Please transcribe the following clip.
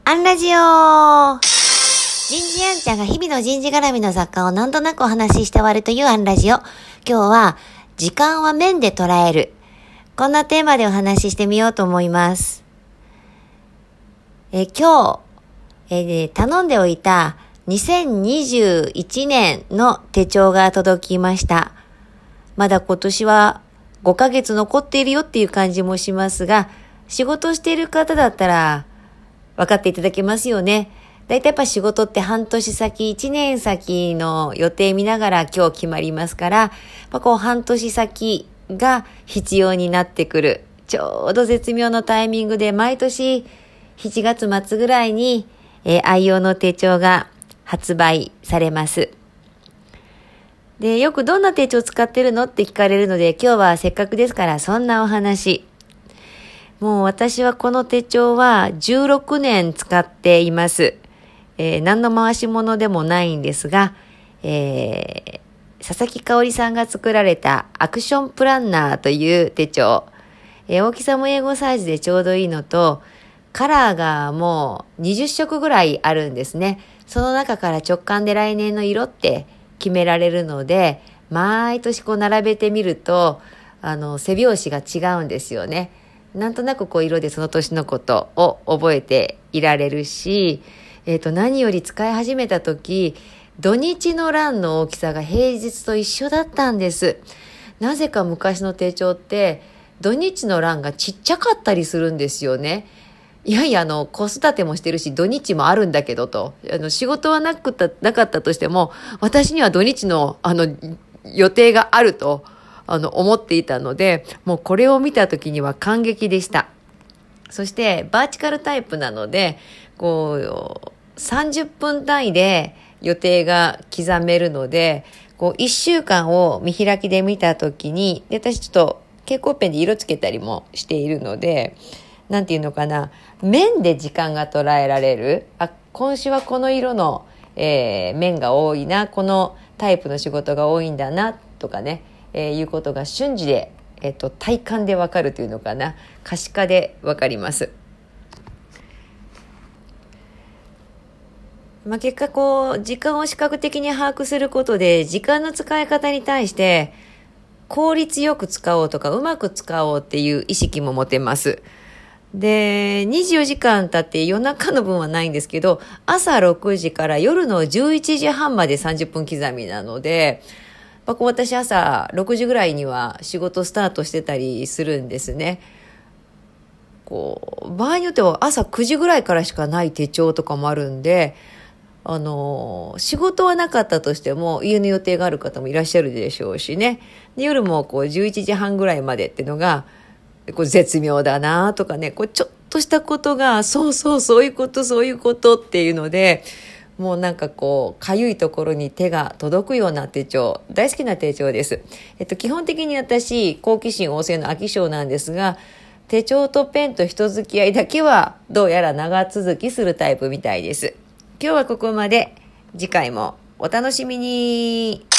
アンラジオ人事アンちゃんが日々の人事絡みの雑貨をなんとなくお話しして終わるというアンラジオ。今日は時間は面で捉える。こんなテーマでお話ししてみようと思います。今日、頼んでおいた2021年の手帳が届きました。まだ今年は5ヶ月残っているよっていう感じもしますが、仕事している方だったら分かっていただけますよね。だいたいやっぱ仕事って半年先、1年先の予定見ながら今日決まりますから、半年先が必要になってくる。ちょうど絶妙のタイミングで毎年7月末ぐらいに、愛用の手帳が発売されます。で、よくどんな手帳使ってるのって聞かれるので、今日はせっかくですからそんなお話。もう私はこの手帳は16年使っています。何の回し物でもないんですが、佐々木香織さんが作られたアクションプランナーという手帳。大きさもA5サイズでちょうどいいのと、カラーがもう20色ぐらいあるんですね。その中から直感で来年の色って決められるので、毎年並べてみると、背表紙が違うんですよね。なんとなく色でその年のことを覚えていられるし、何より使い始めた時、土日の欄の大きさが平日と一緒だったんです。なぜか昔の手帳って土日の欄がちっちゃかったりするんですよね。いやいや、子育てもしてるし土日もあるんだけどと、仕事はなかったとしても、私には土日の予定があると思っていたので、もうこれを見た時には感激でした。そしてバーチカルタイプなので、30分単位で予定が刻めるので、1週間を見開きで見た時に、で私ちょっと蛍光ペンで色つけたりもしているので、なんていうのかな、面で時間が捉えられる。今週はこの色の、面が多いな、このタイプの仕事が多いんだなとかね、いうことが瞬時で、体感でわかるというのかな、可視化でわかります。結果時間を視覚的に把握することで、時間の使い方に対して効率よく使おうとかうまく使おうっていう意識も持てます。で、24時間経って夜中の分はないんですけど、朝6時から夜の11時半まで30分刻みなので、私朝6時ぐらいには仕事スタートしてたりするんですね。場合によっては朝9時ぐらいからしかない手帳とかもあるんで、仕事はなかったとしても家の予定がある方もいらっしゃるでしょうしね。で、夜も11時半ぐらいまでっていうのが絶妙だなとかね、ちょっとしたことが、そういうことっていうので、もうかゆいところに手が届くような手帳、大好きな手帳です。基本的に私、好奇心旺盛の飽き性なんですが、手帳とペンと人付き合いだけはどうやら長続きするタイプみたいです。今日はここまで。次回もお楽しみに。